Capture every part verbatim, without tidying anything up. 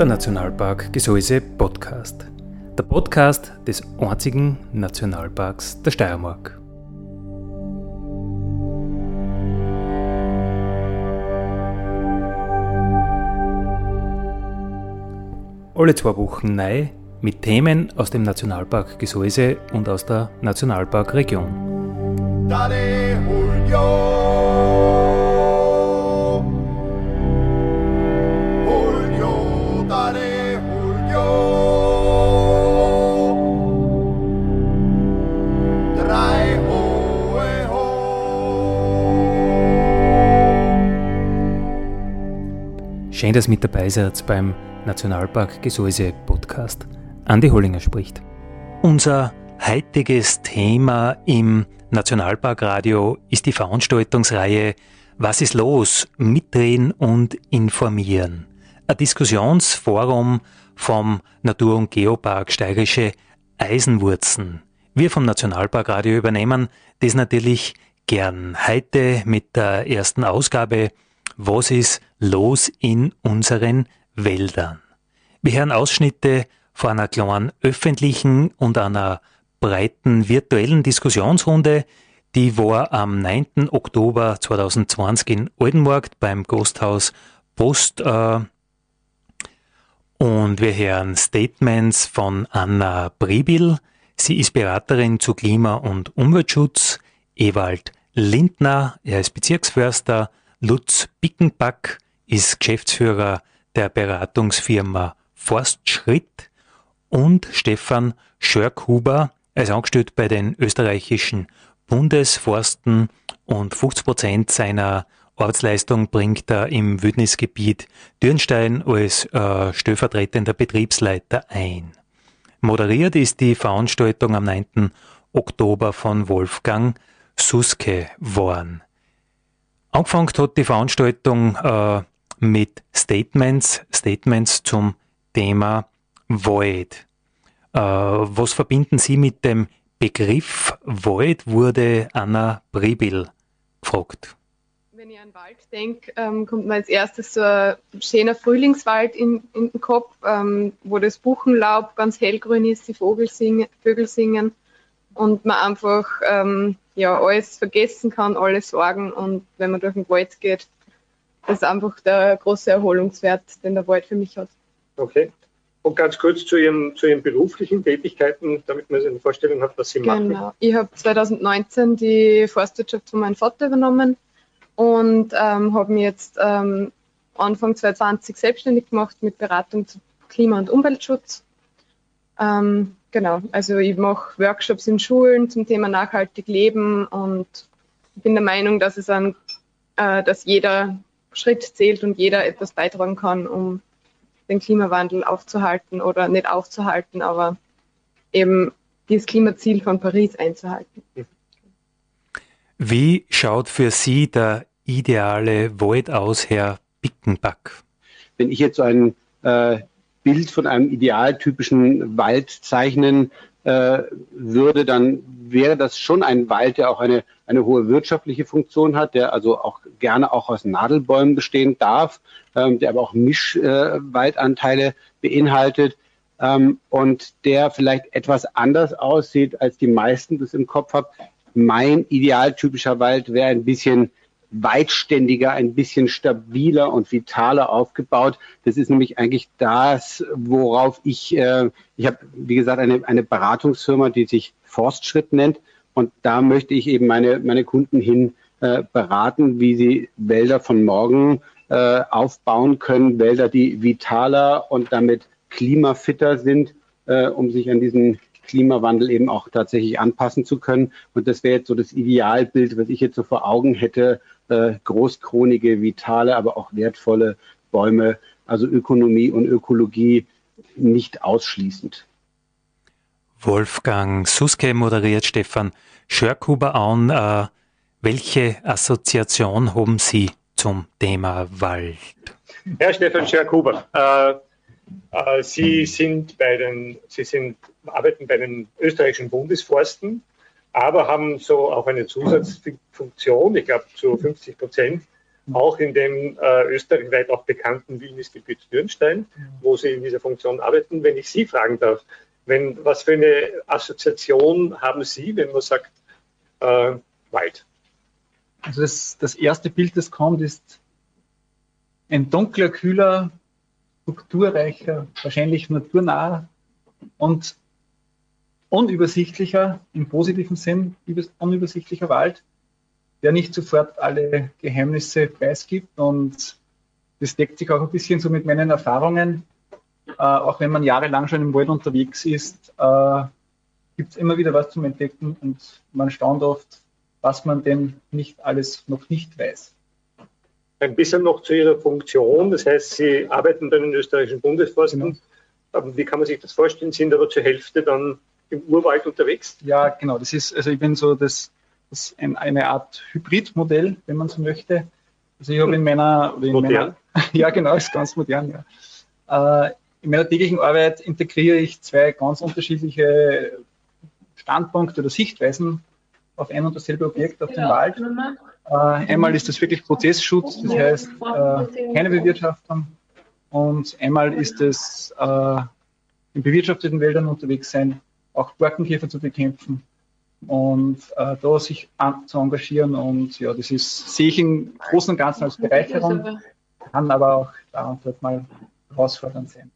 der Nationalpark Gesäuse Podcast. Der Podcast des einzigen Nationalparks der Steiermark. Alle zwei Wochen neu mit Themen aus dem Nationalpark Gesäuse und aus der Nationalparkregion. Dale Julio, Julio, dale Julio, drei hohe ho. Schön, dass ihr mit dabei seid beim Nationalpark Gesäuse Podcast. Andi Hollinger spricht. Unser heutiges Thema im Nationalparkradio ist die Veranstaltungsreihe Was ist los? Mitdrehen und informieren. Ein Diskussionsforum vom Natur- und Geopark Steirische Eisenwurzen. Wir vom Nationalparkradio übernehmen das natürlich gern. Heute mit der ersten Ausgabe Was ist los in unseren Wäldern? Wir hören Ausschnitte von einer kleinen öffentlichen und einer breiten virtuellen Diskussionsrunde, die war am neunten Oktober zweitausendzwanzig in Oldenmarkt beim Gasthaus Post. Äh, und wir hören Statements von Anna Bribil. Sie ist Beraterin zu Klima- und Umweltschutz. Ewald Lindner, er ist Bezirksförster. Lutz Bickenback ist Geschäftsführer der Beratungsfirma Forstschritt. Und Stefan Schörkhuber, er ist angestellt bei den österreichischen Bundesforsten und fünfzig Prozent seiner Arbeitsleistung bringt er im Wildnisgebiet Dürnstein als äh, stellvertretender Betriebsleiter ein. Moderiert ist die Veranstaltung am neunten Oktober von Wolfgang Suske worden. Angefangen hat die Veranstaltung äh, mit Statements, Statements zum Thema Wald. Äh, was verbinden Sie mit dem Begriff Wald, wurde Anna Bribil gefragt. Wenn ich an Wald denke, ähm, kommt mir als erstes so ein schöner Frühlingswald in, in den Kopf, ähm, wo das Buchenlaub ganz hellgrün ist, die Vogel singen, Vögel singen und man einfach ähm, ja, alles vergessen kann, alle Sorgen, und wenn man durch den Wald geht, das ist einfach der große Erholungswert, den der Wald für mich hat. Okay. Und ganz kurz zu Ihren, zu Ihren beruflichen Tätigkeiten, damit man eine Vorstellung hat, was Sie machen. Genau. Ich habe zweitausendneunzehn die Forstwirtschaft von meinem Vater übernommen und ähm, habe mich jetzt ähm, Anfang zweitausendzwanzig selbstständig gemacht mit Beratung zu Klima- und Umweltschutz. Ähm, genau, also ich mache Workshops in Schulen zum Thema nachhaltig leben und bin der Meinung, dass es ein, äh, dass jeder Schritt zählt und jeder etwas beitragen kann, um den Klimawandel aufzuhalten oder nicht aufzuhalten, aber eben dieses Klimaziel von Paris einzuhalten. Wie schaut für Sie der ideale Wald aus, Herr Bickenback? Wenn ich jetzt so ein äh, Bild von einem idealtypischen Wald zeichnen äh, würde, dann wäre das schon ein Wald, der auch eine, eine hohe wirtschaftliche Funktion hat, der also auch gerne auch aus Nadelbäumen bestehen darf, ähm, der aber auch Mischwaldanteile äh, beinhaltet ähm, und der vielleicht etwas anders aussieht, als die meisten das im Kopf haben. Mein idealtypischer Wald wäre ein bisschen weitständiger, ein bisschen stabiler und vitaler aufgebaut. Das ist nämlich eigentlich das, worauf ich, äh, ich habe, wie gesagt, eine, eine Beratungsfirma, die sich Forstschritt nennt. Und da möchte ich eben meine, meine Kunden hin äh, beraten, wie sie Wälder von morgen äh, aufbauen können. Wälder, die vitaler und damit klimafitter sind, äh, um sich an diesen Klimawandel eben auch tatsächlich anpassen zu können. Und das wäre jetzt so das Idealbild, was ich jetzt so vor Augen hätte. Äh, großkronige, vitale, aber auch wertvolle Bäume. Also Ökonomie und Ökologie nicht ausschließend. Wolfgang Suske moderiert Stefan Schörkhuber an. Äh, welche Assoziation haben Sie zum Thema Wald? Herr Stefan Schörkhuber, äh, äh, Sie sind bei den, Sie sind, arbeiten bei den österreichischen Bundesforsten, aber haben so auch eine Zusatzfunktion, ich glaube zu fünfzig Prozent, auch in dem äh, österreichweit auch bekannten Wildnisgebiet Dürnstein, wo Sie in dieser Funktion arbeiten. Wenn ich Sie fragen darf, wenn, was für eine Assoziation haben Sie, wenn man sagt äh, Wald? Also das, das erste Bild, das kommt, ist ein dunkler, kühler, strukturreicher, wahrscheinlich naturnah und unübersichtlicher, im positiven Sinn, unübersichtlicher Wald, der nicht sofort alle Geheimnisse preisgibt. Und das deckt sich auch ein bisschen so mit meinen Erfahrungen. Äh, auch wenn man jahrelang schon im Wald unterwegs ist, äh, gibt es immer wieder was zum Entdecken und man staunt oft, was man denn nicht alles noch nicht weiß. Ein bisschen noch zu Ihrer Funktion. Das heißt, Sie arbeiten bei den österreichischen Bundesforsten. Genau. Wie kann man sich das vorstellen? Sind aber zur Hälfte dann im Urwald unterwegs? Ja, genau. Das ist, also ich bin so das, das ein, eine Art Hybridmodell, wenn man so möchte. Also ich habe in meiner, in meiner ja genau, ist ganz modern, ja. Äh, in meiner täglichen Arbeit integriere ich zwei ganz unterschiedliche Standpunkte oder Sichtweisen auf ein und dasselbe Objekt, auf den Wald. Äh, einmal ist das wirklich Prozessschutz, das heißt äh, keine Bewirtschaftung, und einmal ist es äh, in bewirtschafteten Wäldern unterwegs sein, auch Borkenkäfer zu bekämpfen und äh, da sich an, zu engagieren. Und ja, das ist, sehe ich im Großen und Ganzen als Bereicherung, kann aber auch da und dort mal herausfordernd sein.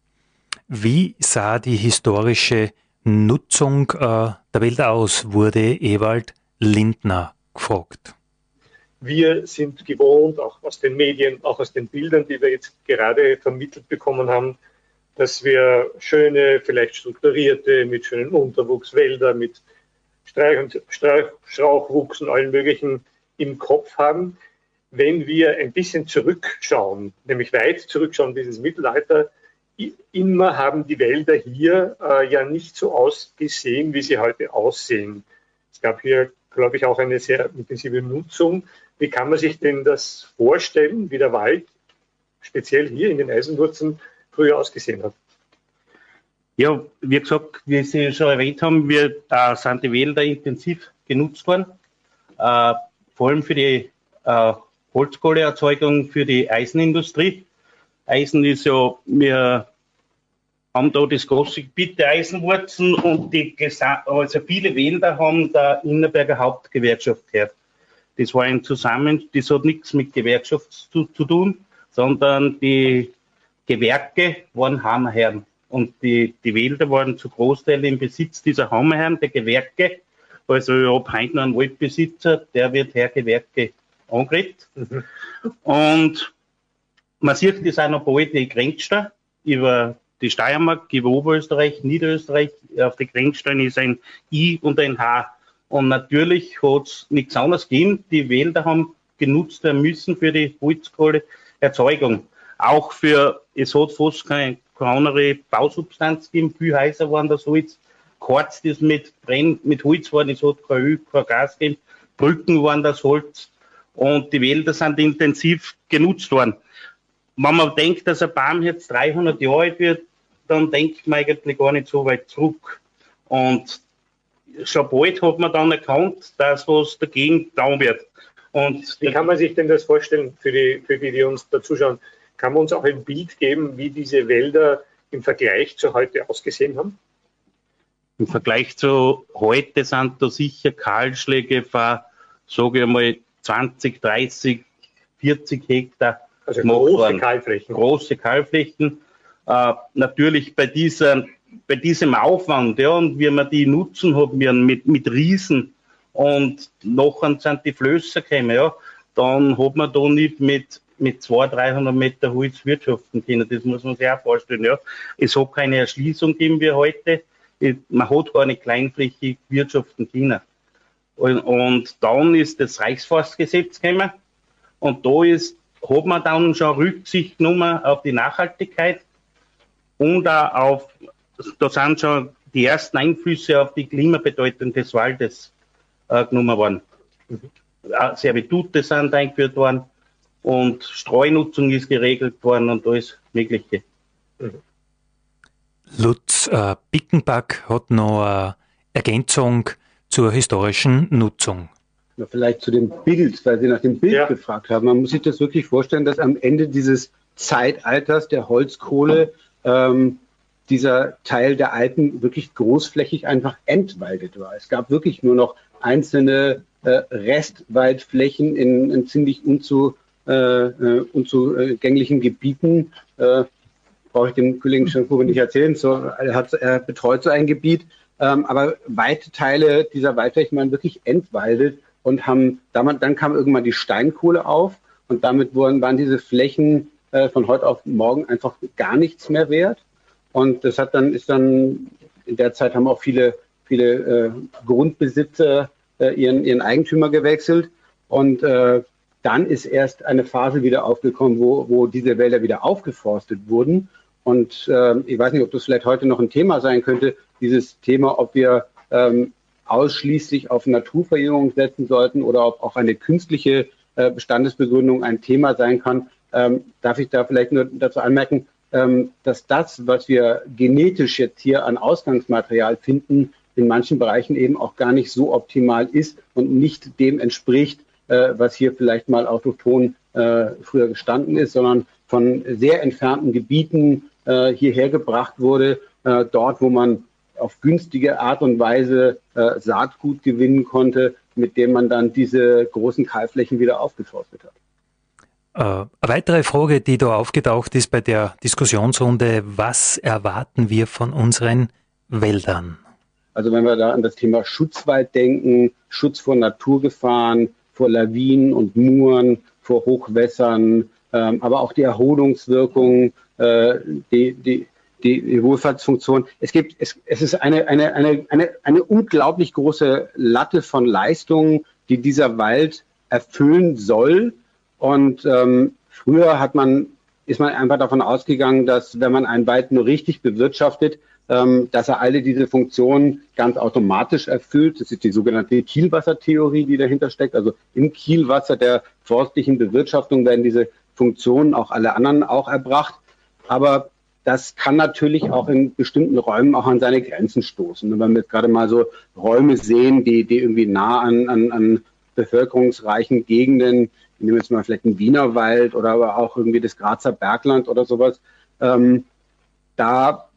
Wie sah die historische Nutzung äh, der Wälder aus, wurde Ewald Lindner gefragt. Wir sind gewohnt, auch aus den Medien, auch aus den Bildern, die wir jetzt gerade vermittelt bekommen haben, dass wir schöne, vielleicht strukturierte, mit schönen Unterwuchswälder, mit Streich- und Streich- Strauchwuchs und allen möglichen im Kopf haben. Wenn wir ein bisschen zurückschauen, nämlich weit zurückschauen bis ins Mittelalter, immer haben die Wälder hier äh, ja nicht so ausgesehen, wie sie heute aussehen. Es gab hier, glaube ich, auch eine sehr intensive Nutzung. Wie kann man sich denn das vorstellen, wie der Wald, speziell hier in den Eisenwurzeln, früher ausgesehen hat? Ja, wie gesagt, wie Sie schon erwähnt haben, wir, äh, sind die Wälder intensiv genutzt worden, äh, vor allem für die äh, Holzkohleerzeugung, für die Eisenindustrie. Eisen ist ja, wir haben da das große Gebiet der Eisenwurzeln und die, also viele Wälder haben der Innerberger Hauptgewerkschaft gehört. Das war ein Zusammen, das hat nichts mit Gewerkschaft zu, zu tun, sondern die Gewerke waren Hammerherren und die, die Wälder waren zu Großteil im Besitz dieser Hammerherren, der Gewerke. Also ich habe heute noch einen Waldbesitzer, der wird Herr Gewerke angeredet. Mhm. Und man sieht das auch noch bald die Grenzsteine über die Steiermark, über Oberösterreich, Niederösterreich. Auf die Grenzsteine ist ein I und ein H. Und natürlich hat es nichts anderes gegeben. Die Wälder haben genutzt werden müssen für die Holzkohleerzeugung. Auch für, es hat fast keine, keine andere Bausubstanz gegeben. Viele Häuser waren das Holz. Quarz, das mit, Brenn, mit Holz war, es hat kein Öl, kein Gas gegeben. Brücken waren das Holz. Und die Wälder sind intensiv genutzt worden. Wenn man denkt, dass ein Baum jetzt dreihundert Jahre alt wird, dann denkt man eigentlich gar nicht so weit zurück. Und schon bald hat man dann erkannt, dass was dagegen getan wird. Und wie kann man sich denn das vorstellen, für die, für die, die uns da zuschauen? Kann man uns auch ein Bild geben, wie diese Wälder im Vergleich zu heute ausgesehen haben? Im Vergleich zu heute sind da sicher Kahlschläge von, sage ich mal, zwanzig, dreißig, vierzig Hektar. Also große Kahlflächen. Große Kahlflächen. Äh, natürlich bei, dieser, bei diesem Aufwand, ja, und wie wir die nutzen, haben wir mit, mit Riesen und nachher sind die Flöße gekommen, ja, dann hat man da nicht mit, mit zweihundert, dreihundert Meter Holz wirtschaften können. Das muss man sich auch vorstellen, ja. Es hat keine Erschließung gegeben wie heute. Man hat gar nicht kleinflächig wirtschaften können. Und, und dann ist das Reichsforstgesetz gekommen und da ist, hat man dann schon Rücksicht genommen auf die Nachhaltigkeit und auch auf, da sind schon die ersten Einflüsse auf die Klimabedeutung des Waldes äh, genommen worden. Mhm. Servitute sind eingeführt worden und Streunutzung ist geregelt worden und alles Mögliche. Mhm. Lutz äh, Bickenbach hat noch eine Ergänzung zur historischen Nutzung. Vielleicht zu dem Bild, weil Sie nach dem Bild Ja. gefragt haben. Man muss sich das wirklich vorstellen, dass am Ende dieses Zeitalters der Holzkohle ähm, dieser Teil der Alpen wirklich großflächig einfach entwaldet war. Es gab wirklich nur noch einzelne äh, Restwaldflächen in, in ziemlich unzu, äh, unzugänglichen Gebieten. Äh, brauche ich dem Kollegen Schankuber nicht erzählen. So, er, hat, er betreut so ein Gebiet. Ähm, aber weite Teile dieser Waldflächen waren wirklich entwaldet und haben, damit, dann kam irgendwann die Steinkohle auf und damit wurden, waren diese Flächen äh, von heute auf morgen einfach gar nichts mehr wert. Und das hat dann, ist dann, in der Zeit haben auch viele, viele äh, Grundbesitzer äh, ihren, ihren Eigentümer gewechselt. Und äh, dann ist erst eine Phase wieder aufgekommen, wo, wo diese Wälder wieder aufgeforstet wurden. Und äh, ich weiß nicht, ob das vielleicht heute noch ein Thema sein könnte, dieses Thema, ob wir ähm, ausschließlich auf Naturverjüngung setzen sollten oder ob auch eine künstliche äh, Bestandesbegründung ein Thema sein kann. Ähm, darf ich da vielleicht nur dazu anmerken, ähm, dass das, was wir genetisch jetzt hier an Ausgangsmaterial finden, in manchen Bereichen eben auch gar nicht so optimal ist und nicht dem entspricht, äh, was hier vielleicht mal autochthon äh, früher gestanden ist, sondern von sehr entfernten Gebieten äh, hierher gebracht wurde, äh, dort, wo man auf günstige Art und Weise äh, Saatgut gewinnen konnte, mit dem man dann diese großen Kahlflächen wieder aufgeforstet hat. Äh, eine weitere Frage, die da aufgetaucht ist bei der Diskussionsrunde: Was erwarten wir von unseren Wäldern? Also wenn wir da an das Thema Schutzwald denken, Schutz vor Naturgefahren, vor Lawinen und Muren, vor Hochwässern, ähm, aber auch die Erholungswirkung, äh, die, die die Wohlfahrtsfunktion. Es gibt, es, es ist eine, eine, eine, eine, eine unglaublich große Latte von Leistungen, die dieser Wald erfüllen soll. Und ähm, früher hat man, ist man einfach davon ausgegangen, dass wenn man einen Wald nur richtig bewirtschaftet, ähm, dass er alle diese Funktionen ganz automatisch erfüllt. Das ist die sogenannte Kielwassertheorie, die dahinter steckt. Also im Kielwasser der forstlichen Bewirtschaftung werden diese Funktionen, auch alle anderen, auch erbracht. Aber das kann natürlich auch in bestimmten Räumen auch an seine Grenzen stoßen. Wenn wir jetzt gerade mal so Räume sehen, die, die irgendwie nah an, an, an bevölkerungsreichen Gegenden, ich nehme jetzt mal vielleicht einen Wienerwald oder aber auch irgendwie das Grazer Bergland oder sowas, ähm, da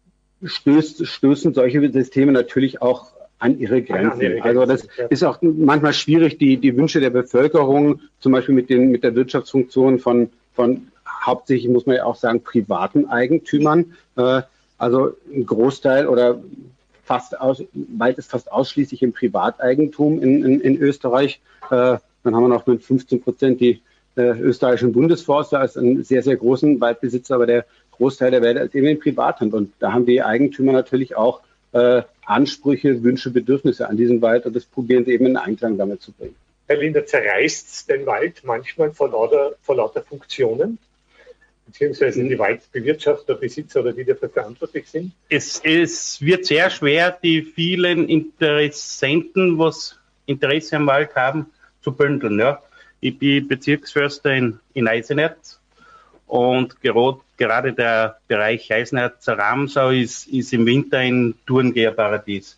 stößt, stößen solche Systeme natürlich auch an ihre Grenzen. An ihre Grenzen. Also das ja. ist auch manchmal schwierig, die, die Wünsche der Bevölkerung, zum Beispiel mit, den, mit der Wirtschaftsfunktion von, von hauptsächlich, muss man ja auch sagen, privaten Eigentümern. Äh, also ein Großteil oder fast aus, Wald ist fast ausschließlich im Privateigentum in, in, in Österreich. Äh, dann haben wir noch mit fünfzehn Prozent die äh, österreichischen Bundesforster als einen sehr, sehr großen Waldbesitzer, aber der Großteil der Wälder ist eben in Privathand. Und da haben die Eigentümer natürlich auch äh, Ansprüche, Wünsche, Bedürfnisse an diesen Wald und das probieren sie eben in Einklang damit zu bringen. Herr Linder, zerreißt den Wald manchmal vor lauter, vor lauter Funktionen? Beziehungsweise die Waldbewirtschafter, Besitzer oder die dafür verantwortlich sind? Es, es wird sehr schwer, die vielen Interessenten, was Interesse am Wald haben, zu bündeln. Ja. Ich bin Bezirksförster in, in Eisenerz und gerad, gerade der Bereich Eisenerz-Ramsau ist, ist im Winter ein Tourengeherparadies.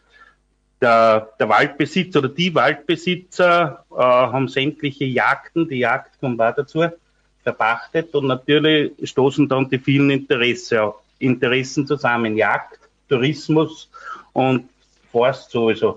Der, der Waldbesitzer oder die Waldbesitzer äh, haben sämtliche Jagden, die Jagd kommt auch dazu, verpachtet und natürlich stoßen dann die vielen Interesse, Interessen zusammen. Jagd, Tourismus und Forst sowieso.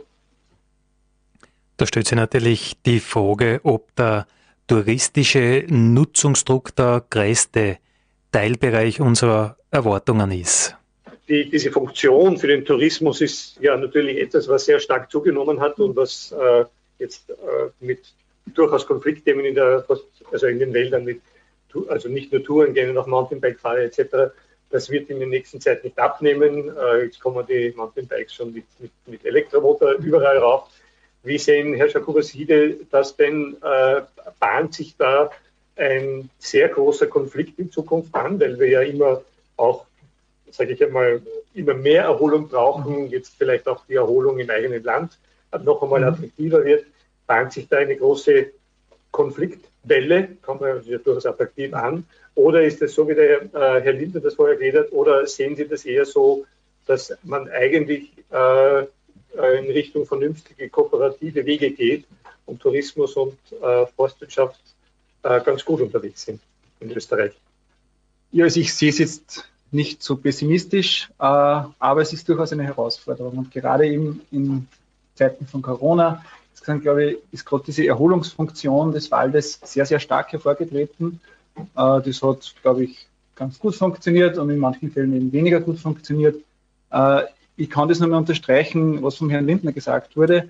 Da stellt sich natürlich die Frage, ob der touristische Nutzungsdruck der größte Teilbereich unserer Erwartungen ist. Die, diese Funktion für den Tourismus ist ja natürlich etwas, was sehr stark zugenommen hat und was äh, jetzt äh, mit durchaus Konfliktthemen in der, also in den Wäldern mit, also nicht nur Touren gehen, noch Mountainbike-Fahrer et cetera. Das wird in der nächsten Zeit nicht abnehmen. Äh, jetzt kommen die Mountainbikes schon mit, mit, mit Elektromotor überall rauf. Wie sehen, Herr Schakuber-Siede, das denn, äh, bahnt sich da ein sehr großer Konflikt in Zukunft an, weil wir ja immer auch, sage ich einmal, immer mehr Erholung brauchen, jetzt vielleicht auch die Erholung im eigenen Land noch einmal attraktiver wird, bahnt sich da eine große Konfliktwelle, kommt man ja durchaus attraktiv an, oder ist es so, wie der äh, Herr Linder das vorher geredet hat, oder sehen Sie das eher so, dass man eigentlich äh, in Richtung vernünftige kooperative Wege geht und Tourismus und äh, Forstwirtschaft äh, ganz gut unterwegs sind in Österreich. Ja, also ich sehe es jetzt nicht so pessimistisch, äh, aber es ist durchaus eine Herausforderung. Und gerade eben in Zeiten von Corona, insgesamt glaube ich, ist gerade diese Erholungsfunktion des Waldes sehr, sehr stark hervorgetreten. Äh, das hat, glaube ich, ganz gut funktioniert und in manchen Fällen eben weniger gut funktioniert. Äh, ich kann das nochmal unterstreichen, was vom Herrn Lindner gesagt wurde.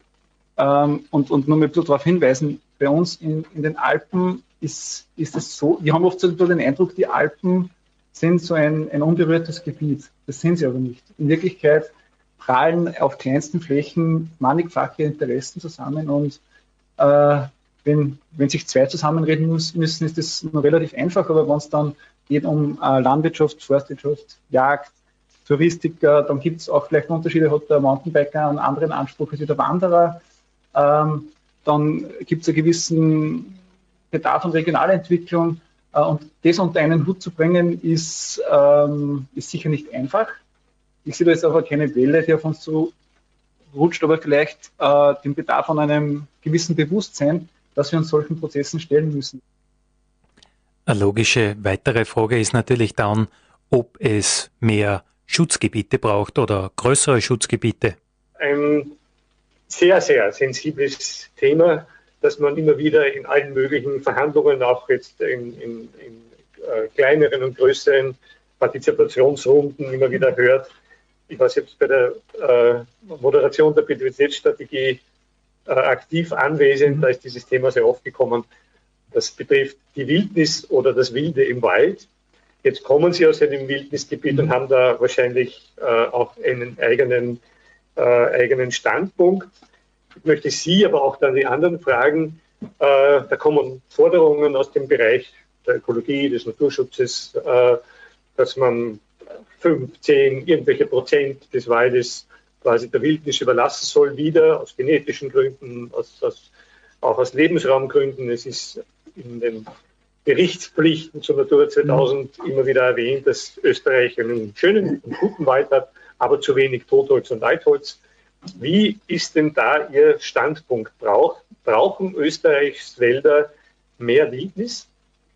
Ähm, und, und nur mal ein bisschen darauf hinweisen, bei uns in, in den Alpen ist, ist es so, wir haben oft so den Eindruck, die Alpen sind so ein, ein unberührtes Gebiet. Das sind sie aber nicht. In Wirklichkeit prallen auf kleinsten Flächen mannigfache Interessen zusammen und äh, wenn, wenn sich zwei zusammenreden muss, müssen, ist das noch relativ einfach, aber wenn es dann geht um äh, Landwirtschaft, Forstwirtschaft, Jagd, Touristiker, dann gibt es auch vielleicht Unterschiede, hat der Mountainbiker einen anderen Anspruch als der Wanderer, ähm, dann gibt es einen gewissen Bedarf an Regionalentwicklung, äh, und das unter einen Hut zu bringen, ist, ähm, ist sicher nicht einfach. Ich sehe da jetzt aber keine Welle, die auf uns so rutscht, aber vielleicht äh, den Bedarf an einem gewissen Bewusstsein, dass wir uns solchen Prozessen stellen müssen. Eine logische weitere Frage ist natürlich dann, ob es mehr Schutzgebiete braucht oder größere Schutzgebiete. Ein sehr, sehr sensibles Thema, das man immer wieder in allen möglichen Verhandlungen, auch jetzt in, in, in äh, kleineren und größeren Partizipationsrunden immer wieder hört. Ich war selbst bei der äh, Moderation der Biodiversitätsstrategie äh, aktiv anwesend, da ist dieses Thema sehr oft gekommen. Das betrifft die Wildnis oder das Wilde im Wald. Jetzt kommen Sie aus einem Wildnisgebiet und haben da wahrscheinlich äh, auch einen eigenen, äh, eigenen Standpunkt. Ich möchte Sie, aber auch dann die anderen fragen. Äh, da kommen Forderungen aus dem Bereich der Ökologie, des Naturschutzes, äh, dass man fünf, zehn, irgendwelche Prozent des Waldes quasi der Wildnis überlassen soll, wieder aus genetischen Gründen, aus, aus, auch aus Lebensraumgründen. Es ist in den Berichtspflichten zur Natura zweitausend mhm. immer wieder erwähnt, dass Österreich einen schönen und guten Wald hat, aber zu wenig Totholz und Altholz. Wie ist denn da Ihr Standpunkt? Brauch, brauchen Österreichs Wälder mehr Wildnis?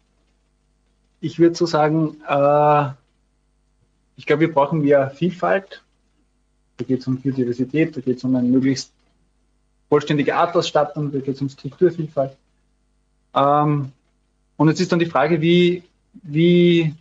Ich würde so sagen, äh, ich glaube, wir brauchen mehr Vielfalt. Da geht es um Biodiversität, da geht es um eine möglichst vollständige Artausstattung, da geht es um Strukturvielfalt. Ähm, und jetzt ist dann die Frage, wie, wie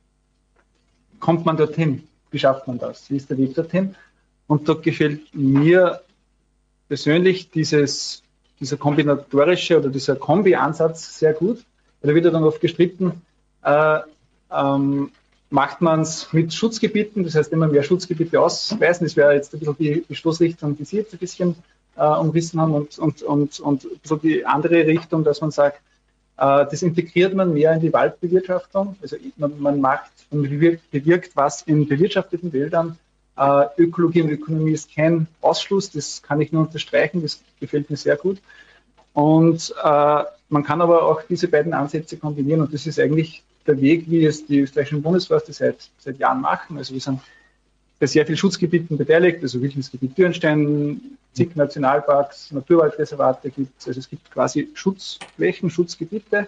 kommt man dorthin? Wie schafft man das? Wie ist der Weg dorthin? Und da gefällt mir persönlich dieses, dieser kombinatorische oder dieser Kombi-Ansatz sehr gut. Weil da wird ja dann oft gestritten, äh, ähm, macht man es mit Schutzgebieten, das heißt immer mehr Schutzgebiete ausweisen. Das wäre jetzt ein bisschen die, die Stoßrichtung, die Sie jetzt ein bisschen äh, umrissen haben und, und, und, und ein bisschen die andere Richtung, dass man sagt, äh, das integriert man mehr in die Waldbewirtschaftung. Also man, man macht und bewirkt, bewirkt was in bewirtschafteten Wäldern. Äh, Ökologie und Ökonomie ist kein Ausschluss, das kann ich nur unterstreichen, das gefällt mir sehr gut. Und äh, man kann aber auch diese beiden Ansätze kombinieren und das ist eigentlich der Weg, wie es die österreichischen Bundesforste seit, seit Jahren machen. Also wir sind bei sehr vielen Schutzgebieten beteiligt, also Wildnisgebiet Dürnstein, zig Nationalparks, Naturwaldreservate gibt es, also es gibt quasi Schutzflächen, Schutzgebiete.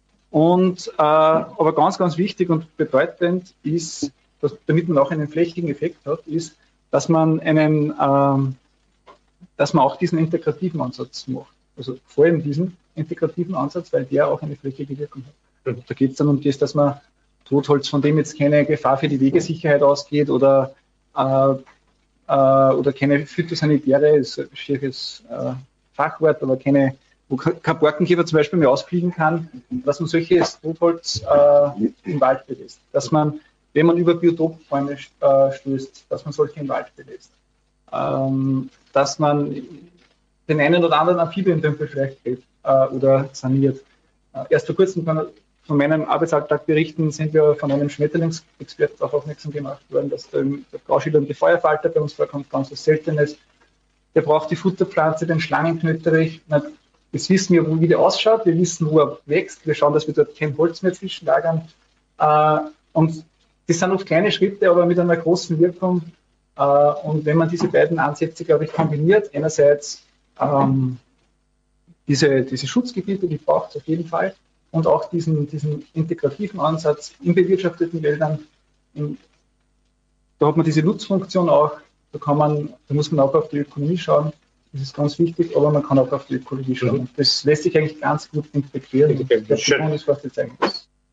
Und äh, aber ganz, ganz wichtig und bedeutend ist, dass, damit man auch einen flächigen Effekt hat, ist, dass man einen, ähm, dass man auch diesen integrativen Ansatz macht. Also vor allem diesen integrativen Ansatz, weil der auch eine flächige Wirkung hat. Da geht es dann um das, dass man Totholz, von dem jetzt keine Gefahr für die Wegesicherheit ausgeht oder, äh, äh, oder keine phytosanitäre, ist ein schwieriges äh, Fachwort, aber keine, wo kein Borkenkäfer zum Beispiel mehr ausfliegen kann, dass man solches Totholz äh, im Wald belässt. Dass man, wenn man über Biotopbäume äh, stößt, dass man solche im Wald belässt. Ähm, dass man den einen oder anderen Amphibientümpel vielleicht hält äh, oder saniert. Äh, erst vor kurzem kann von meinem Arbeitsalltag berichten, sind wir von einem Schmetterlingsexperten darauf aufmerksam gemacht worden, dass der, der grauschildernde Feuerfalter bei uns vorkommt, ganz was Seltenes. Der braucht die Futterpflanze, den Schlangenknötterich. Das wissen wir, wie der ausschaut, wir wissen, wo er wächst, wir schauen, dass wir dort kein Holz mehr zwischenlagern. Und das sind oft kleine Schritte, aber mit einer großen Wirkung. Und wenn man diese beiden Ansätze, glaube ich, kombiniert, einerseits ähm, diese, diese Schutzgebiete, die braucht es auf jeden Fall. Und auch diesen, diesen integrativen Ansatz in bewirtschafteten Wäldern. In, da hat man diese Nutzfunktion auch. Da, kann man, da muss man auch auf die Ökonomie schauen. Das ist ganz wichtig, aber man kann auch auf die Ökologie schauen. Mhm. Das lässt sich eigentlich ganz gut integrieren. Okay, das ist fast jetzt eigentlich.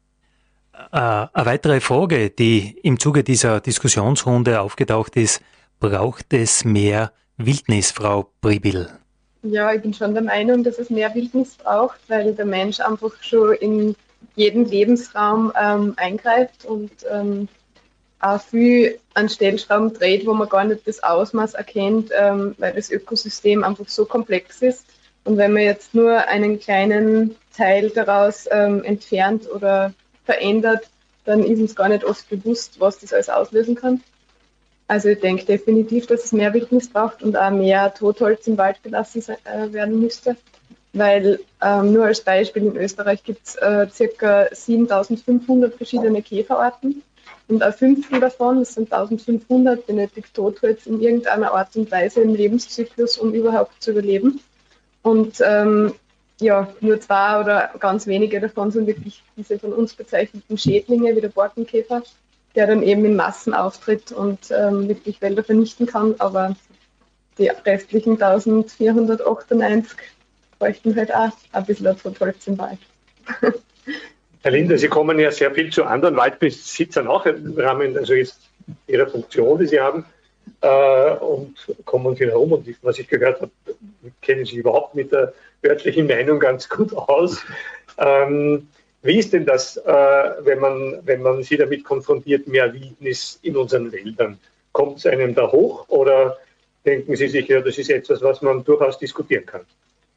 Eine weitere Frage, die im Zuge dieser Diskussionsrunde aufgetaucht ist: Braucht es mehr Wildnis, Frau Pribyl? Ja, ich bin schon der Meinung, dass es mehr Wildnis braucht, weil der Mensch einfach schon in jeden Lebensraum ähm, eingreift und ähm, auch viel an Stellschrauben dreht, wo man gar nicht das Ausmaß erkennt, ähm, weil das Ökosystem einfach so komplex ist. Und wenn man jetzt nur einen kleinen Teil daraus ähm, entfernt oder verändert, dann ist uns gar nicht oft bewusst, was das alles auslösen kann. Also ich denke definitiv, dass es mehr Wildnis braucht und auch mehr Totholz im Wald gelassen äh, werden müsste. Weil ähm, nur als Beispiel in Österreich gibt es äh, ca. siebentausendfünfhundert verschiedene Käferarten und ein Fünftel davon, das sind eintausendfünfhundert, benötigt Totholz in irgendeiner Art und Weise im Lebenszyklus, um überhaupt zu überleben. Und ähm, ja, nur zwei oder ganz wenige davon sind wirklich diese von uns bezeichneten Schädlinge wie der Borkenkäfer, der dann eben in Massen auftritt und ähm, wirklich Wälder vernichten kann, aber die restlichen eintausendvierhundertachtundneunzig bräuchten halt auch ein bisschen Totholz im Wald. Herr Linder, Sie kommen ja sehr viel zu anderen Waldbesitzern auch im Rahmen also jetzt Ihrer Funktion, die Sie haben, äh, und kommen viel herum. Und was ich gehört habe, kennen Sie überhaupt mit der örtlichen Meinung ganz gut aus. Ähm, Wie ist denn das, äh, wenn man, wenn man Sie damit konfrontiert, mehr Wildnis in unseren Wäldern? Kommt es einem da hoch oder denken Sie sich, ja, das ist etwas, was man durchaus diskutieren kann?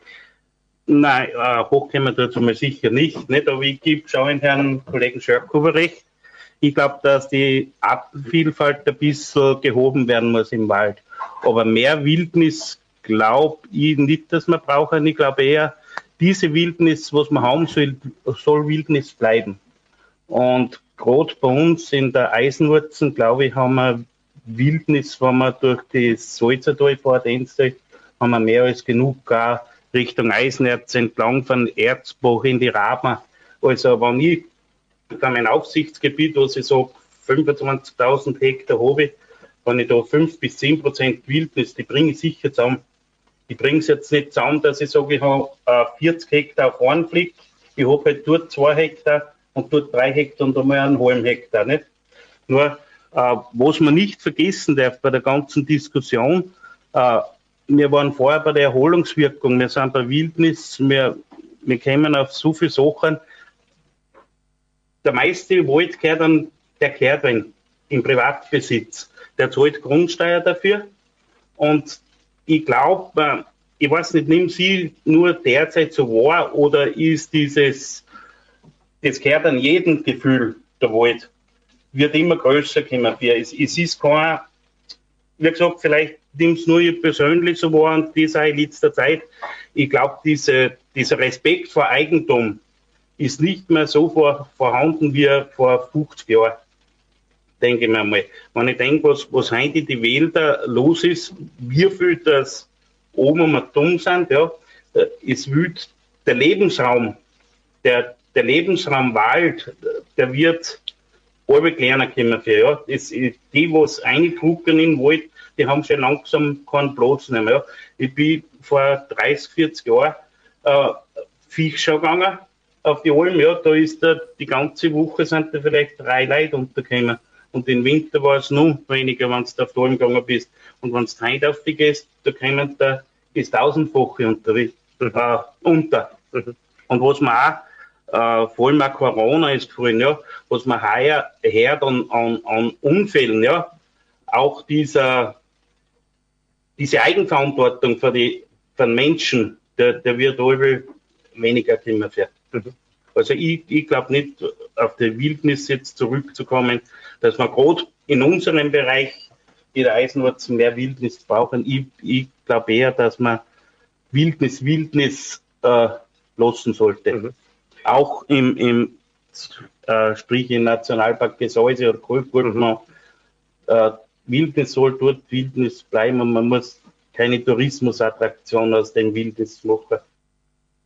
Nein, äh, hoch können wir dazu mal sicher nicht, nicht. Aber ich gebe schon den Herrn Kollegen Schörkhuber recht. Ich glaube, dass die Artenvielfalt ein bisschen gehoben werden muss im Wald. Aber mehr Wildnis glaube ich nicht, dass wir brauchen. Ich glaube eher, diese Wildnis, was wir haben, soll, soll Wildnis bleiben. Und gerade bei uns in der Eisenwurzen, glaube ich, haben wir Wildnis, wenn man durch das Salzertal fährt, haben wir mehr als genug gar Richtung Eisenerz entlang von Erzbach in die Raben. Also wenn ich da mein Aufsichtsgebiet, wo ich so fünfundzwanzigtausend Hektar habe, wenn ich da fünf bis zehn Prozent Wildnis, die bringe ich sicher zusammen. Ich bringe es jetzt nicht zusammen, dass ich sage, ich habe äh, vierzig Hektar auf einen Flick, ich habe halt dort zwei Hektar und dort drei Hektar und einmal einen halben Hektar. Nicht? Nur, äh, was man nicht vergessen darf bei der ganzen Diskussion, äh, wir waren vorher bei der Erholungswirkung, wir sind bei Wildnis, wir, wir kommen auf so viele Sachen. Der meiste Wald gehört dann der Kehrbring im Privatbesitz. Der zahlt Grundsteuer dafür und ich glaube, ich weiß nicht, nehmen Sie nur derzeit so wahr oder ist dieses, das gehört an jedem Gefühl, der Wald, wird immer größer kommen. Es, es ist kein, wie gesagt, vielleicht nimmt es nur ich persönlich so wahr und das auch in letzter Zeit. Ich glaube, diese, dieser Respekt vor Eigentum ist nicht mehr so vor, vorhanden wie vor fünfzig Jahren. Denke ich mir mal. Wenn ich denke, was, was heute in die Wälder los ist, wie viel das oben und dumm sind, ja, es wird der Lebensraum, der, der Lebensraum Wald, der wird alle kleiner kommen für, ja. Das, die, die reingedrucken in den Wald, die haben schon langsam keinen Platz mehr. Ja. Ich bin vor dreißig, vierzig Jahren äh, Fischer gegangen auf die Alm, ja, da ist da die ganze Woche sind da vielleicht drei Leute untergekommen. Und im Winter war es noch weniger, wenn du auf die Alm gegangen bist. Und wenn du heute auf die gehst, da kommen da das tausendfache unter. Äh, unter. Und was man auch, äh, vor allem auch Corona ist gefallen, ja, was man heuer hört an, an, an Unfällen, ja, auch dieser, diese Eigenverantwortung für die für den Menschen, der, der wird alle weniger kommen für. Also ich, ich glaube nicht, auf die Wildnis jetzt zurückzukommen, dass wir gerade in unserem Bereich in der Eisenwurzel mehr Wildnis brauchen. Ich, ich glaube eher, dass man Wildnis, Wildnis äh, lassen sollte. Mhm. Auch im, im äh, sprich im Nationalpark Gesäuse oder Kolburgmann, äh, Wildnis soll dort Wildnis bleiben und man muss keine Tourismusattraktion aus dem Wildnis machen.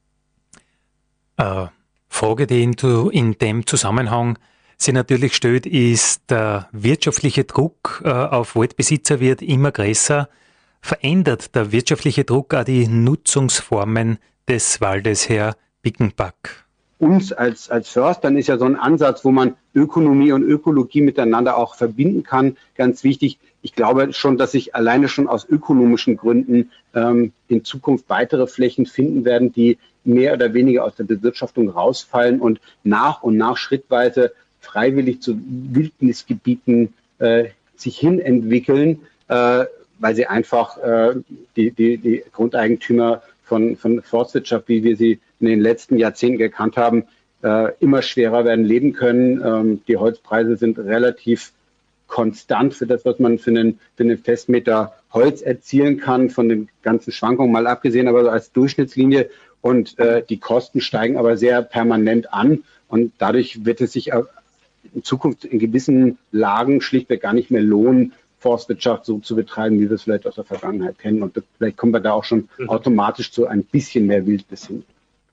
Eine Frage, die in, in dem Zusammenhang sich natürlich stellt, ist, der wirtschaftliche Druck äh, auf Waldbesitzer wird immer größer. Verändert der wirtschaftliche Druck auch die Nutzungsformen des Waldes, Herr Bickenbach? Uns als, als Förstern ist ja so ein Ansatz, wo man Ökonomie und Ökologie miteinander auch verbinden kann, ganz wichtig. Ich glaube schon, dass sich alleine schon aus ökonomischen Gründen ähm, in Zukunft weitere Flächen finden werden, die mehr oder weniger aus der Bewirtschaftung rausfallen und nach und nach schrittweise freiwillig zu Wildnisgebieten äh, sich hin entwickeln, äh, weil sie einfach äh, die, die, die Grundeigentümer von, von Forstwirtschaft, wie wir sie in den letzten Jahrzehnten gekannt haben, äh, immer schwerer werden leben können. Ähm, die Holzpreise sind relativ konstant für das, was man für einen, für einen Festmeter Holz erzielen kann, von den ganzen Schwankungen mal abgesehen, aber so als Durchschnittslinie. Und äh, die Kosten steigen aber sehr permanent an. Und dadurch wird es sich in Zukunft in gewissen Lagen schlichtweg gar nicht mehr lohnen, Forstwirtschaft so zu betreiben, wie wir es vielleicht aus der Vergangenheit kennen. Und das, vielleicht kommen wir da auch schon mhm. automatisch zu ein bisschen mehr Wildnis hin.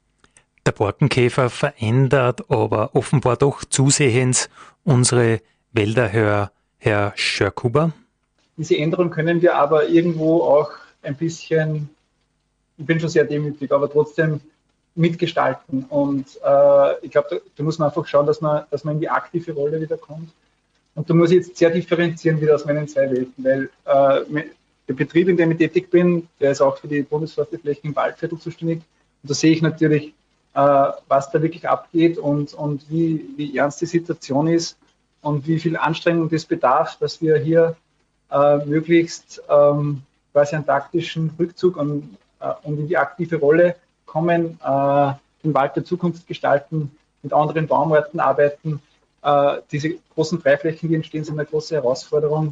Der Borkenkäfer verändert aber offenbar doch zusehends unsere Wälder, Herr, Herr Schörkhuber. Diese Änderung können wir aber irgendwo auch ein bisschen, ich bin schon sehr demütig, aber trotzdem mitgestalten. Und äh, ich glaube, da, da muss man einfach schauen, dass man, dass man in die aktive Rolle wieder kommt. Und da muss ich jetzt sehr differenzieren wieder aus meinen zwei Welten, weil äh, der Betrieb, in dem ich tätig bin, der ist auch für die Bundesforstflächen im Waldviertel zuständig. Und da sehe ich natürlich, äh, was da wirklich abgeht und, und wie, wie ernst die Situation ist und wie viel Anstrengung das bedarf, dass wir hier äh, möglichst ähm, quasi einen taktischen Rückzug und, äh, und in die aktive Rolle kommen, äh, den Wald der Zukunft gestalten, mit anderen Baumarten arbeiten. Äh, diese großen Freiflächen, die entstehen, sind eine große Herausforderung.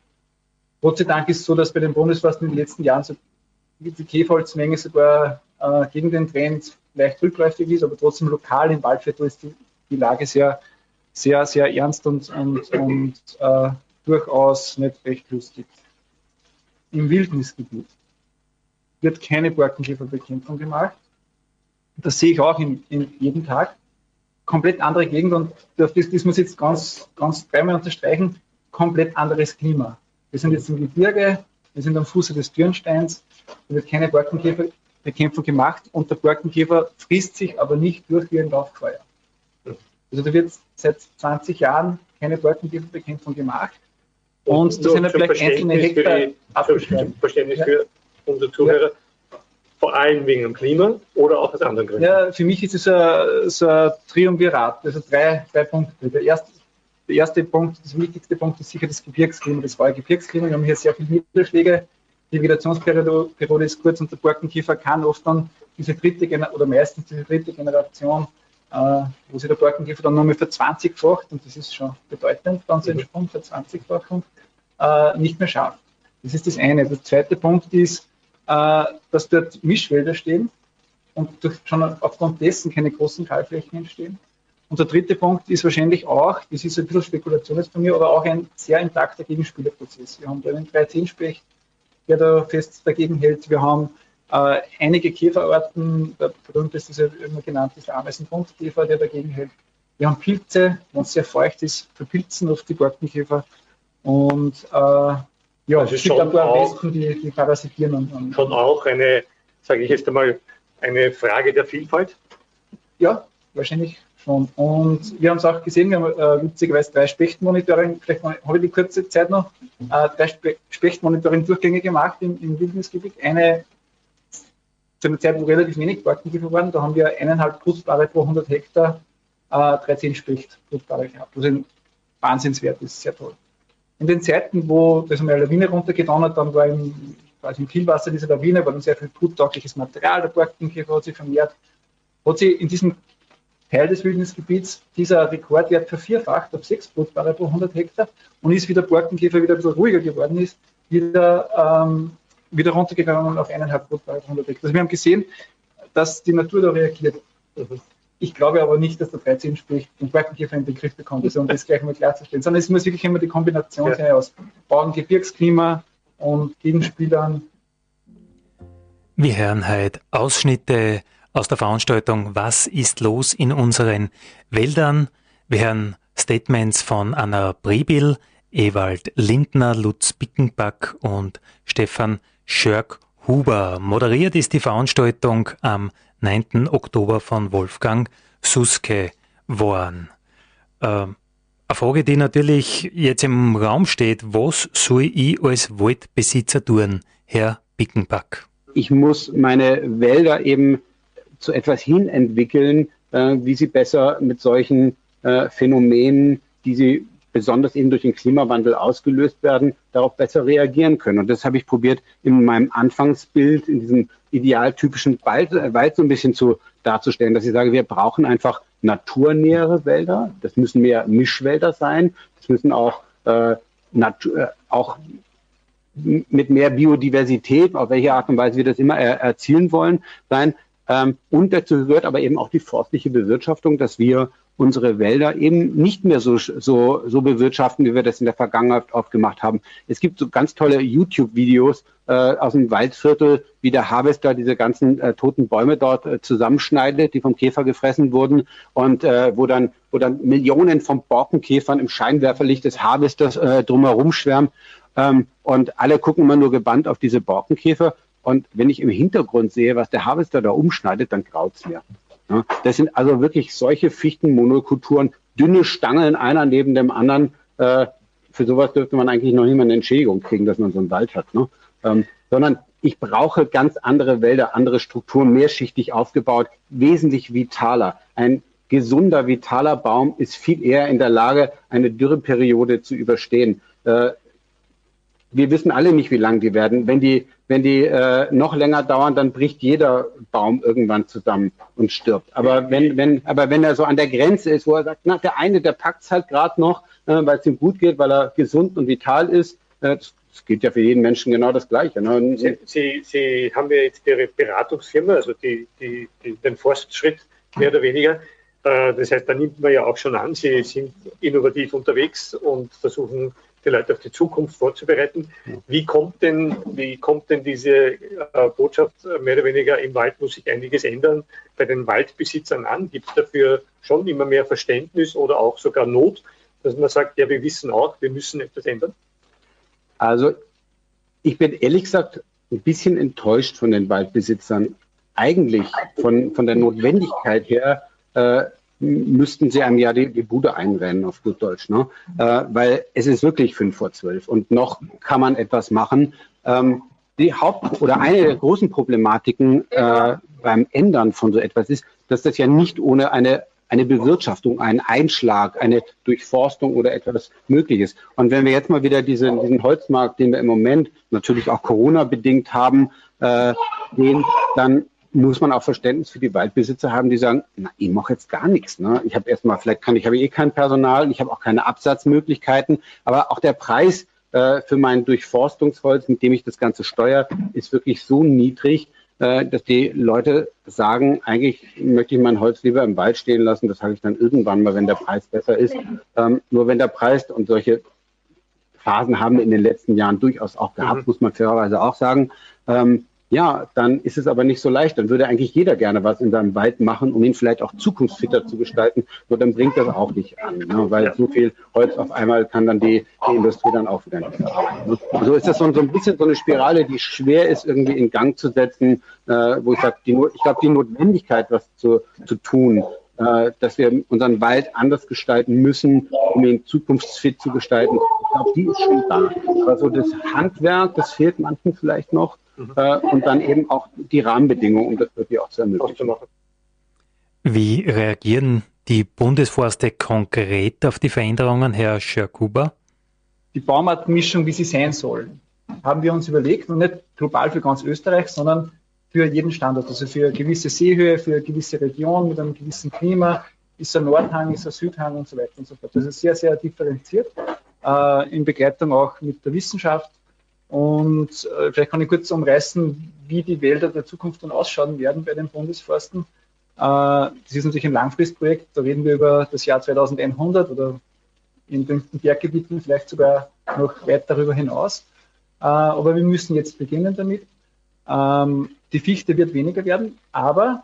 Gott sei Dank ist es so, dass bei den Bundesforsten in den letzten Jahren so die Käferholzmenge sogar äh, gegen den Trend leicht rückläufig ist, aber trotzdem lokal im Waldviertel ist die, die Lage sehr, sehr, sehr ernst und, und, und äh, durchaus nicht recht lustig. Im Wildnisgebiet wird keine Borkenkäferbekämpfung gemacht. Das sehe ich auch in, in jedem Tag. Komplett andere Gegend und das, das muss ich jetzt ganz, ganz dreimal unterstreichen, komplett anderes Klima. Wir sind jetzt im Gebirge, wir sind am Fuße des Dürnsteins, da wird keine Borkenkäferbekämpfung gemacht und der Borkenkäfer frisst sich aber nicht durch wie ein Lauffeuer. Also da wird seit zwanzig Jahren keine Borkenkäferbekämpfung gemacht und, und da sind ja vielleicht einzelne Hektar abgeschnitten. Verständnis ja. für unsere Zuhörer. Ja. Vor allem wegen dem Klima oder auch aus anderen Gründen? Ja, für mich ist es ein, so ein Triumvirat, also drei, drei Punkte. Der erste, der erste Punkt, das wichtigste Punkt ist sicher das Gebirgsklima, das raue Gebirgsklima. Wir haben hier sehr viele Niederschläge, die Vegetationsperiode ist kurz und der Borkenkäfer kann oft dann diese dritte Generation, oder meistens diese dritte Generation, äh, wo sich der Borkenkäfer dann nochmal verzwanzigfacht, und das ist schon bedeutend, dann so ein Sprung, verzwanzigfachung, äh, nicht mehr schafft. Das ist das eine. Der zweite Punkt ist, dass dort Mischwälder stehen und durch schon aufgrund dessen keine großen Kahlflächen entstehen. Und der dritte Punkt ist wahrscheinlich auch, das ist ein bisschen Spekulation jetzt von mir, aber auch ein sehr intakter Gegenspielerprozess. Wir haben da einen Dreizehnspecht, der da fest dagegen hält. Wir haben äh, einige Käferarten, der berühmteste ist ja immer genannt, ist der Ameisengrundkäfer, der dagegen hält. Wir haben Pilze, wenn es sehr feucht ist, verpilzen oft die Borkenkäfer. Und äh, ja, also es gibt ein paar Westen, die, die parasitieren. Und, und schon auch eine, sage ich jetzt einmal, eine Frage der Vielfalt? Ja, wahrscheinlich schon. Und wir haben es auch gesehen, wir haben äh, witzigerweise drei Spechtmonitoring, vielleicht habe ich die kurze Zeit noch, äh, drei Spe Spechtmonitoring-Durchgänge gemacht im, im Wildnisgebiet. Eine zu einer Zeit, wo relativ wenig Borkenkäfer waren, da haben wir eineinhalb Brutpaare pro hundert Hektar, äh, dreizehn Specht-Brutpaare gehabt, was ein Wahnsinnswert ist, sehr toll. In den Zeiten, wo das einmal eine Lawine runtergetan hat, dann war im, quasi im Kielwasser dieser Lawine, war dann sehr viel bruttaugliches Material, der Borkenkäfer hat sich vermehrt, hat sich in diesem Teil des Wildnisgebiets dieser Rekordwert vervierfacht auf sechs Brutpaare pro hundert Hektar und ist, wie der Borkenkäfer wieder ein bisschen ruhiger geworden ist, wieder, ähm, wieder runtergegangen auf eineinhalb Brutpaare pro hundert Hektar. Also wir haben gesehen, dass die Natur da reagiert. Ich glaube aber nicht, dass der dreizehn-Specht den Borkenkäfer in den Griff bekommt, also um das gleich mal klarzustellen, sondern es muss wirklich immer die Kombination ja. sein aus Bauern, Gebirgsklima und Gegenspielern. Wir hören heute Ausschnitte aus der Veranstaltung Was ist los in unseren Wäldern? Wir hören Statements von Anna Briebil, Ewald Lindner, Lutz Bickenbach und Stefan Schörk-Huber. Moderiert ist die Veranstaltung am neunten Oktober von Wolfgang Suske worden. Äh, eine Frage, die natürlich jetzt im Raum steht: Was soll ich als Waldbesitzer tun, Herr Bickenbach? Ich muss meine Wälder eben zu etwas hin entwickeln, äh, wie sie besser mit solchen äh, Phänomenen, die sie besonders eben durch den Klimawandel ausgelöst werden, darauf besser reagieren können. Und das habe ich probiert, in meinem Anfangsbild, in diesem idealtypischen Wald, äh, Wald so ein bisschen zu darzustellen, dass ich sage, wir brauchen einfach naturnähere Wälder. Das müssen mehr Mischwälder sein. Das müssen auch, äh, Natur, äh, auch mit mehr Biodiversität, auf welche Art und Weise wir das immer er erzielen wollen, sein. Ähm, und dazu gehört aber eben auch die forstliche Bewirtschaftung, dass wir unsere Wälder eben nicht mehr so, so, so bewirtschaften, wie wir das in der Vergangenheit oft gemacht haben. Es gibt so ganz tolle YouTube-Videos äh, aus dem Waldviertel, wie der Harvester diese ganzen äh, toten Bäume dort äh, zusammenschneidet, die vom Käfer gefressen wurden, und äh, wo dann, wo dann Millionen von Borkenkäfern im Scheinwerferlicht des Harvesters äh, drumherum schwärmen. Ähm, und alle gucken immer nur gebannt auf diese Borkenkäfer. Und wenn ich im Hintergrund sehe, was der Harvester da umschneidet, dann graut's mir. Ja, das sind also wirklich solche Fichtenmonokulturen, dünne Stangeln, einer neben dem anderen. Äh, für sowas dürfte man eigentlich noch nicht mal eine Entschädigung kriegen, dass man so einen Wald hat. Ne? Ähm, sondern ich brauche ganz andere Wälder, andere Strukturen, mehrschichtig aufgebaut, wesentlich vitaler. Ein gesunder, vitaler Baum ist viel eher in der Lage, eine Dürreperiode zu überstehen. Äh, Wir wissen alle nicht, wie lang die werden. Wenn die, wenn die äh, noch länger dauern, dann bricht jeder Baum irgendwann zusammen und stirbt. Aber wenn, wenn, aber wenn er so an der Grenze ist, wo er sagt, na, der eine, der packt's halt gerade noch, äh, weil es ihm gut geht, weil er gesund und vital ist, äh, das, das gilt ja für jeden Menschen genau das Gleiche. Ne? Sie, Sie, Sie haben ja jetzt Ihre Beratungsfirma, also die, die, die, den Forstschritt mehr oder weniger. Äh, das heißt, da nimmt man ja auch schon an, Sie sind innovativ unterwegs und versuchen, die Leute auf die Zukunft vorzubereiten. Wie kommt denn, wie kommt denn diese äh, Botschaft mehr oder weniger, im Wald muss sich einiges ändern, bei den Waldbesitzern an? Gibt es dafür schon immer mehr Verständnis oder auch sogar Not, dass man sagt, ja, wir wissen auch, wir müssen etwas ändern? Also ich bin ehrlich gesagt ein bisschen enttäuscht von den Waldbesitzern. Eigentlich von, von der Notwendigkeit her, äh, müssten sie einem ja die, die Bude einrennen, auf gut Deutsch, ne? Äh, weil es ist wirklich fünf vor zwölf und noch kann man etwas machen. Ähm, die Haupt- oder eine der großen Problematiken äh, beim Ändern von so etwas ist, dass das ja nicht ohne eine, eine Bewirtschaftung, einen Einschlag, eine Durchforstung oder etwas möglich ist. Und wenn wir jetzt mal wieder diesen, diesen Holzmarkt, den wir im Moment natürlich auch Corona-bedingt haben, äh, sehen, dann muss man auch Verständnis für die Waldbesitzer haben, die sagen, na, ich mache jetzt gar nichts. Ne? Ich habe erstmal, vielleicht kann ich, habe eh kein Personal, ich habe auch keine Absatzmöglichkeiten, aber auch der Preis äh, für mein Durchforstungsholz, mit dem ich das Ganze steuere, ist wirklich so niedrig, äh, dass die Leute sagen, eigentlich möchte ich mein Holz lieber im Wald stehen lassen, das sage ich dann irgendwann mal, wenn der Preis besser ist. Ähm, nur wenn der Preis, und solche Phasen haben wir in den letzten Jahren durchaus auch gehabt, mhm. muss man fairerweise auch sagen, ähm, ja, dann ist es aber nicht so leicht. Dann würde eigentlich jeder gerne was in seinem Wald machen, um ihn vielleicht auch zukunftsfitter zu gestalten. Nur dann bringt das auch nicht an, ne? Weil ja. so viel Holz auf einmal kann dann die, die Industrie dann auch wieder nicht verarbeiten. Ne? Und so ist das so, so ein bisschen so eine Spirale, die schwer ist, irgendwie in Gang zu setzen, äh, wo ich sage, die, ich glaube, die Notwendigkeit, was zu, zu tun, äh, dass wir unseren Wald anders gestalten müssen, um ihn zukunftsfit zu gestalten, ich glaube, die ist schon da. Aber so das Handwerk, das fehlt manchen vielleicht noch. Mhm. Äh, und dann eben auch die Rahmenbedingungen, um das wirklich auch zu ermöglichen. Wie reagieren die Bundesforste konkret auf die Veränderungen, Herr Schörk-Huber? Die Baumartenmischung, wie sie sein soll, haben wir uns überlegt, und nicht global für ganz Österreich, sondern für jeden Standort, also für eine gewisse Seehöhe, für eine gewisse Region mit einem gewissen Klima, ist ein Nordhang, ist ein Südhang und so weiter und so fort. Das ist sehr, sehr differenziert, äh, in Begleitung auch mit der Wissenschaft. Und äh, vielleicht kann ich kurz umreißen, wie die Wälder der Zukunft dann ausschauen werden bei den Bundesforsten. Äh, das ist natürlich ein Langfristprojekt, da reden wir über das Jahr zweitausendeinhundert oder in den Berggebieten vielleicht sogar noch weit darüber hinaus. Äh, aber wir müssen jetzt beginnen damit. Ähm, die Fichte wird weniger werden, aber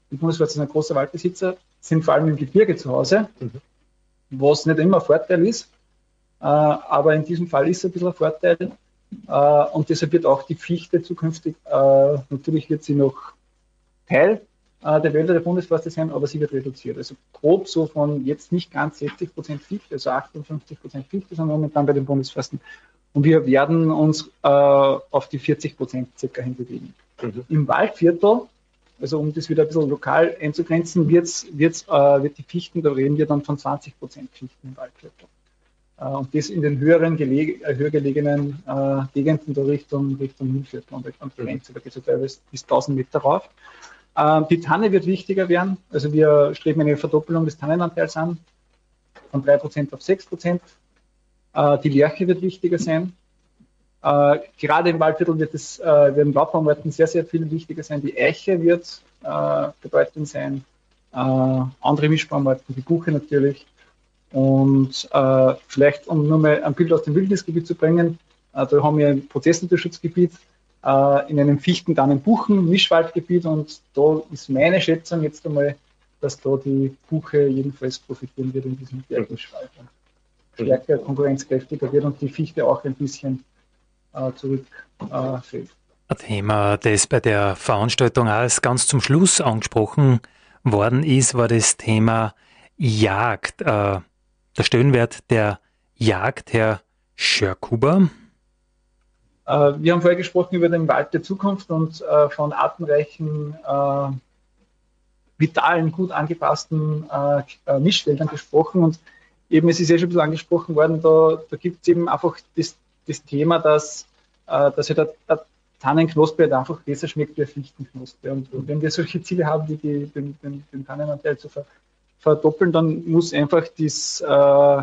die Bundesforst ist ein großer Waldbesitzer, sind vor allem im Gebirge zu Hause, mhm. was nicht immer ein Vorteil ist, äh, aber in diesem Fall ist es ein bisschen ein Vorteil. Uh, und deshalb wird auch die Fichte zukünftig, uh, natürlich wird sie noch Teil uh, der Wälder der Bundesforste sein, aber sie wird reduziert. Also grob so von jetzt nicht ganz sechzig Prozent Fichte, also achtundfünfzig Prozent Fichte sind momentan bei den Bundesforsten. Und wir werden uns uh, auf die vierzig Prozent circa hinbewegen. Mhm. Im Waldviertel, also um das wieder ein bisschen lokal einzugrenzen, wird's, wird's, uh, wird die Fichten, da reden wir dann von zwanzig Prozent Fichten im Waldviertel. Und das in den höheren geleg höher gelegenen äh, Gegenden der Richtung, Richtung Mühlviertel und Richtung Grenze. Da geht es teilweise bis tausend Meter rauf. Ähm, die Tanne wird wichtiger werden. Also wir streben eine Verdoppelung des Tannenanteils an, von drei Prozent auf sechs Prozent. Äh, die Lärche wird wichtiger sein. Äh, gerade im Waldviertel wird es, äh, werden Laubbaumarten sehr, sehr viel wichtiger sein. Die Eiche wird äh, bedeutend sein. Äh, andere Mischbaumarten, die Buche natürlich. Und äh, vielleicht, um nur mal ein Bild aus dem Wildnisgebiet zu bringen, äh, da haben wir ein Prozessnaturschutzgebiet äh, in einem Fichten, dann ein Buchen, Mischwaldgebiet und da ist meine Schätzung jetzt einmal, dass da die Buche jedenfalls profitieren wird in diesem Bergmischwald. Stärker, konkurrenzkräftiger wird und die Fichte auch ein bisschen äh, zurückfällt. Äh, ein Thema, das bei der Veranstaltung auch ganz zum Schluss angesprochen worden ist, war das Thema Jagd. Äh, Der Stellenwert der Jagd, Herr Schörkuber? Äh, wir haben vorher gesprochen über den Wald der Zukunft und äh, von artenreichen, äh, vitalen, gut angepassten äh, Mischwäldern gesprochen. Und eben, es ist ja schon ein bisschen angesprochen worden, da, da gibt es eben einfach das, das Thema, dass, äh, dass halt der Tannenknospe halt einfach besser schmeckt wie ein Fichtenknospe. Und, und wenn wir solche Ziele haben, wie die, den, den, den Tannenanteil zu ver verdoppeln, dann muss einfach dies, äh, äh,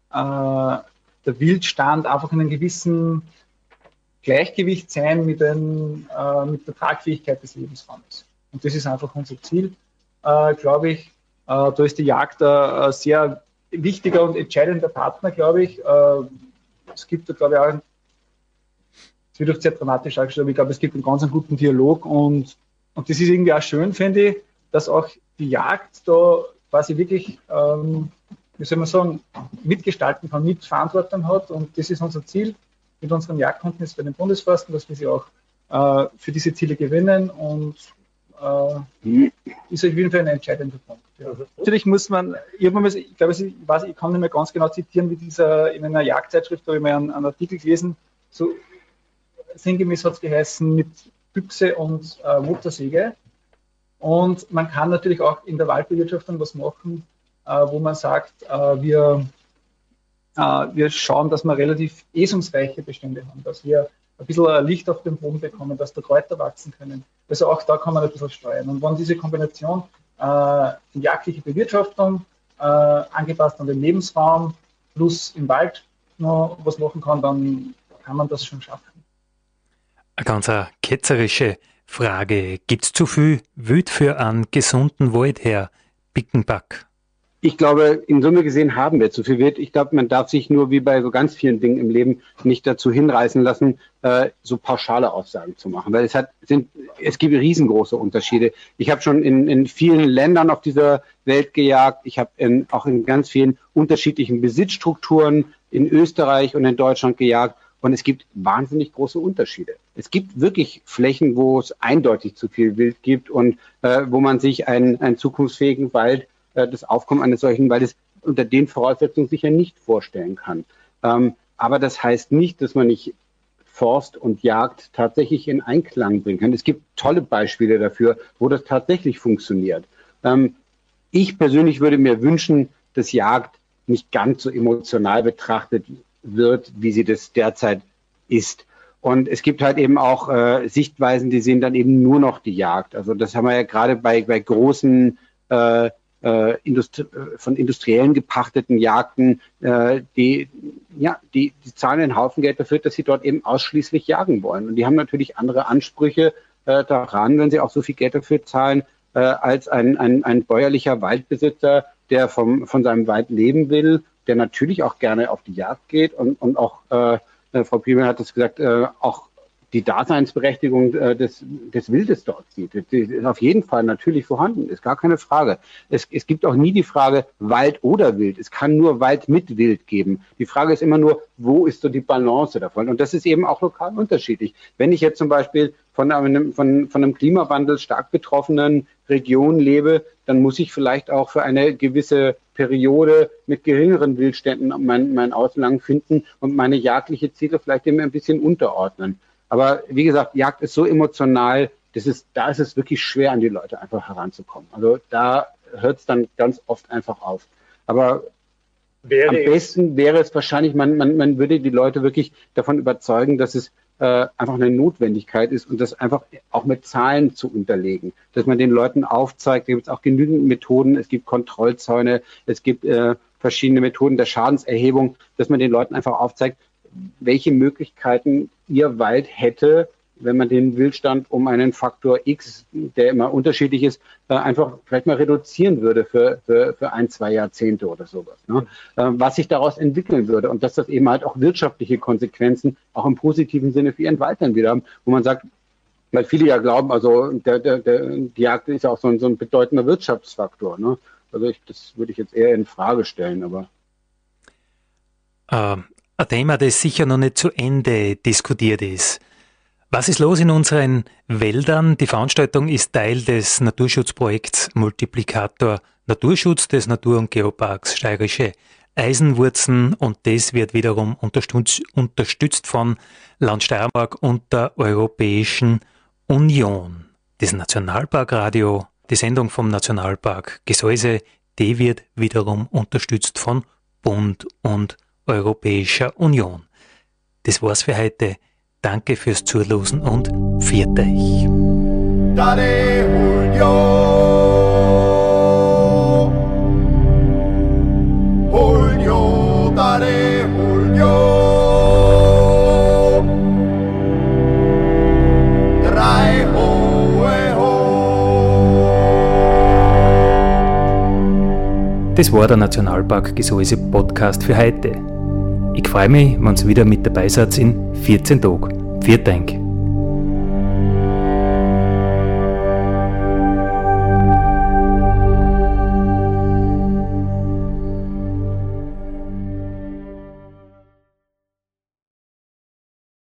der Wildstand einfach in einem gewissen Gleichgewicht sein mit, den, äh, mit der Tragfähigkeit des Lebensraumes. Und das ist einfach unser Ziel, äh, glaube ich. Äh, da ist die Jagd ein sehr wichtiger und entscheidender Partner, glaube ich. Äh, es gibt da, glaube ich, auch, es wird auch sehr dramatisch angeschaut, aber ich glaube, es gibt einen ganz einen guten Dialog und, und das ist irgendwie auch schön, finde ich, dass auch die Jagd da quasi wirklich, ähm, wie soll man sagen, mitgestalten kann, Mitverantwortung hat. Und das ist unser Ziel mit unseren Jagdhunden jetzt bei den Bundesforsten, dass wir sie auch äh, für diese Ziele gewinnen. Und äh, ist auf jeden Fall ein entscheidender Punkt. Ja. Natürlich muss man, ich, ich glaube, ich, weiß, ich kann nicht mehr ganz genau zitieren, wie dieser in einer Jagdzeitschrift, da habe ich mal einen, einen Artikel gelesen, so sinngemäß hat es geheißen, mit Büchse und äh, Motorsäge. Und man kann natürlich auch in der Waldbewirtschaftung was machen, äh, wo man sagt, äh, wir, äh, wir schauen, dass wir relativ esungsreiche Bestände haben, dass wir ein bisschen Licht auf den Boden bekommen, dass da Kräuter wachsen können. Also auch da kann man ein bisschen steuern. Und wenn diese Kombination, äh, die jagdliche Bewirtschaftung, äh, angepasst an den Lebensraum, plus im Wald noch was machen kann, dann kann man das schon schaffen. Eine ganz ketzerische Frage. Gibt es zu viel Wild für einen gesunden Wald, Herr Bickenback? Ich glaube, in Summe gesehen haben wir zu viel Wild. Ich glaube, man darf sich nur wie bei so ganz vielen Dingen im Leben nicht dazu hinreißen lassen, äh, so pauschale Aussagen zu machen. Weil es hat, sind, es gibt riesengroße Unterschiede. Ich habe schon in, in vielen Ländern auf dieser Welt gejagt. Ich habe in, auch in ganz vielen unterschiedlichen Besitzstrukturen in Österreich und in Deutschland gejagt. Und es gibt wahnsinnig große Unterschiede. Es gibt wirklich Flächen, wo es eindeutig zu viel Wild gibt und äh, wo man sich einen, einen zukunftsfähigen Wald, äh, das Aufkommen eines solchen Waldes unter den Voraussetzungen sicher nicht vorstellen kann. Ähm, aber das heißt nicht, dass man nicht Forst und Jagd tatsächlich in Einklang bringen kann. Es gibt tolle Beispiele dafür, wo das tatsächlich funktioniert. Ähm, ich persönlich würde mir wünschen, dass Jagd nicht ganz so emotional betrachtet wird, wie sie das derzeit ist. Und es gibt halt eben auch äh, Sichtweisen, die sehen dann eben nur noch die Jagd. Also das haben wir ja gerade bei, bei großen äh, äh, Industri- von Industriellen gepachteten Jagden, äh, die, ja, die, die zahlen einen Haufen Geld dafür, dass sie dort eben ausschließlich jagen wollen. Und die haben natürlich andere Ansprüche äh, daran, wenn sie auch so viel Geld dafür zahlen, äh, als ein, ein, ein bäuerlicher Waldbesitzer, der vom, von seinem Wald leben will, der natürlich auch gerne auf die Jagd geht und, und auch, äh, Frau Priebel hat es gesagt, äh, auch die Daseinsberechtigung äh, des, des Wildes dort sieht. Die ist auf jeden Fall natürlich vorhanden, ist gar keine Frage. Es, es gibt auch nie die Frage Wald oder Wild. Es kann nur Wald mit Wild geben. Die Frage ist immer nur, wo ist so die Balance davon? Und das ist eben auch lokal unterschiedlich. Wenn ich jetzt zum Beispiel von einem, von, von einem Klimawandel stark betroffenen Region lebe, dann muss ich vielleicht auch für eine gewisse Periode mit geringeren Wildständen mein, mein Ausland finden und meine jagdliche Ziele vielleicht eben ein bisschen unterordnen. Aber wie gesagt, Jagd ist so emotional, das ist, da ist es wirklich schwer, an die Leute einfach heranzukommen. Also da hört es dann ganz oft einfach auf. Aber wäre am besten wäre es wahrscheinlich, man, man, man würde die Leute wirklich davon überzeugen, dass es äh, einfach eine Notwendigkeit ist und das einfach auch mit Zahlen zu unterlegen. Dass man den Leuten aufzeigt, da gibt es auch genügend Methoden, es gibt Kontrollzäune, es gibt äh, verschiedene Methoden der Schadenserhebung, dass man den Leuten einfach aufzeigt, welche Möglichkeiten ihr Wald hätte, wenn man den Wildstand um einen Faktor X, der immer unterschiedlich ist, einfach vielleicht mal reduzieren würde für, für, für ein, zwei Jahrzehnte oder sowas. Ne? Was sich daraus entwickeln würde und dass das eben halt auch wirtschaftliche Konsequenzen auch im positiven Sinne für ihren Wald dann wieder haben, wo man sagt, weil viele ja glauben, also der, der, der, die Jagd ist ja auch so ein, so ein bedeutender Wirtschaftsfaktor. Ne? Also ich, das würde ich jetzt eher in Frage stellen, aber ähm. Ein Thema, das sicher noch nicht zu Ende diskutiert ist. Was ist los in unseren Wäldern? Die Veranstaltung ist Teil des Naturschutzprojekts Multiplikator Naturschutz des Natur- und Geoparks Steirische Eisenwurzen und das wird wiederum unterstützt, unterstützt von Land Steiermark und der Europäischen Union. Das Nationalparkradio, die Sendung vom Nationalpark Gesäuse, die wird wiederum unterstützt von Bund und Europäischer Union. Das war's für heute. Danke fürs Zuhören und pfiat euch. Dare Julio, Julio, dare Julio, drei hohe ho. Das war der Nationalpark Gesäuse Podcast für heute. Ich freue mich, wenn ihr wieder mit dabei seid in vierzehn Tagen. Vielen Dank.